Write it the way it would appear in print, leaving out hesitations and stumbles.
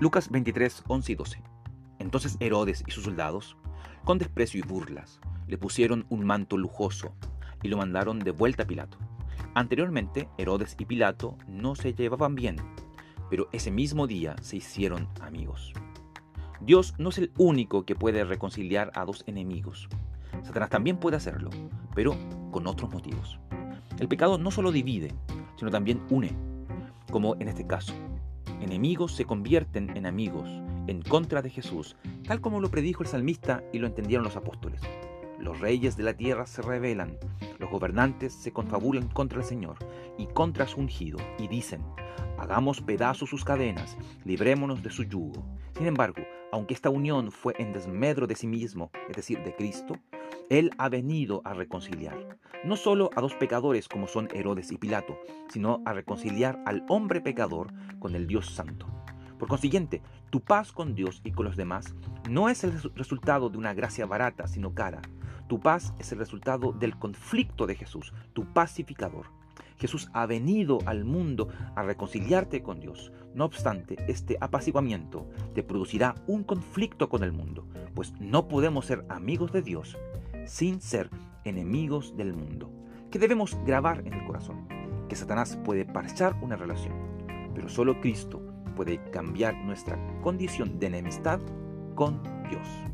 Lucas 23, 11 y 12. Entonces Herodes y sus soldados, con desprecio y burlas, le pusieron un manto lujoso y lo mandaron de vuelta a Pilato. Anteriormente, Herodes y Pilato no se llevaban bien, pero ese mismo día se hicieron amigos. Dios no es el único que puede reconciliar a dos enemigos. Satanás también puede hacerlo, pero con otros motivos. El pecado no solo divide, sino también une, como en este caso. Enemigos se convierten en amigos en contra de Jesús, tal como lo predijo el salmista y lo entendieron los apóstoles. Los reyes de la tierra se rebelan, los gobernantes se confabulan contra el Señor y contra su ungido, y dicen: hagamos pedazos sus cadenas, librémonos de su yugo. Sin embargo, aunque esta unión fue en desmedro de sí mismo, es decir, de Cristo, Él ha venido a reconciliar, no solo a dos pecadores como son Herodes y Pilato, sino a reconciliar al hombre pecador con el Dios Santo. Por consiguiente, tu paz con Dios y con los demás no es el resultado de una gracia barata, sino cara. Tu paz es el resultado del conflicto de Jesús, tu pacificador. Jesús ha venido al mundo a reconciliarte con Dios. No obstante, este apaciguamiento te producirá un conflicto con el mundo, pues no podemos ser amigos de Dios sin ser enemigos del mundo. ¿Qué debemos grabar en el corazón? Que Satanás puede parchar una relación, pero solo Cristo puede cambiar nuestra condición de enemistad con Dios.